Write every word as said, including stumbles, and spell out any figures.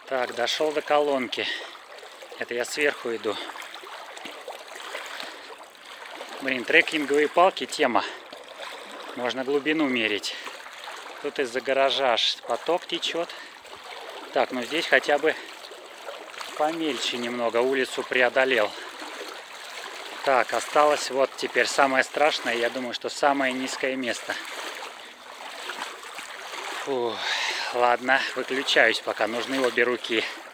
Так, дошел до колонки. Это я сверху иду. Блин, трекинговые палки тема. Можно глубину мерить. Тут из-за гаража аж поток течет. Так, ну здесь хотя бы помельче немного. Улицу преодолел. Так, осталось вот теперь самое страшное. Я думаю, что самое низкое место. Фу, ладно, выключаюсь пока. Нужны обе руки.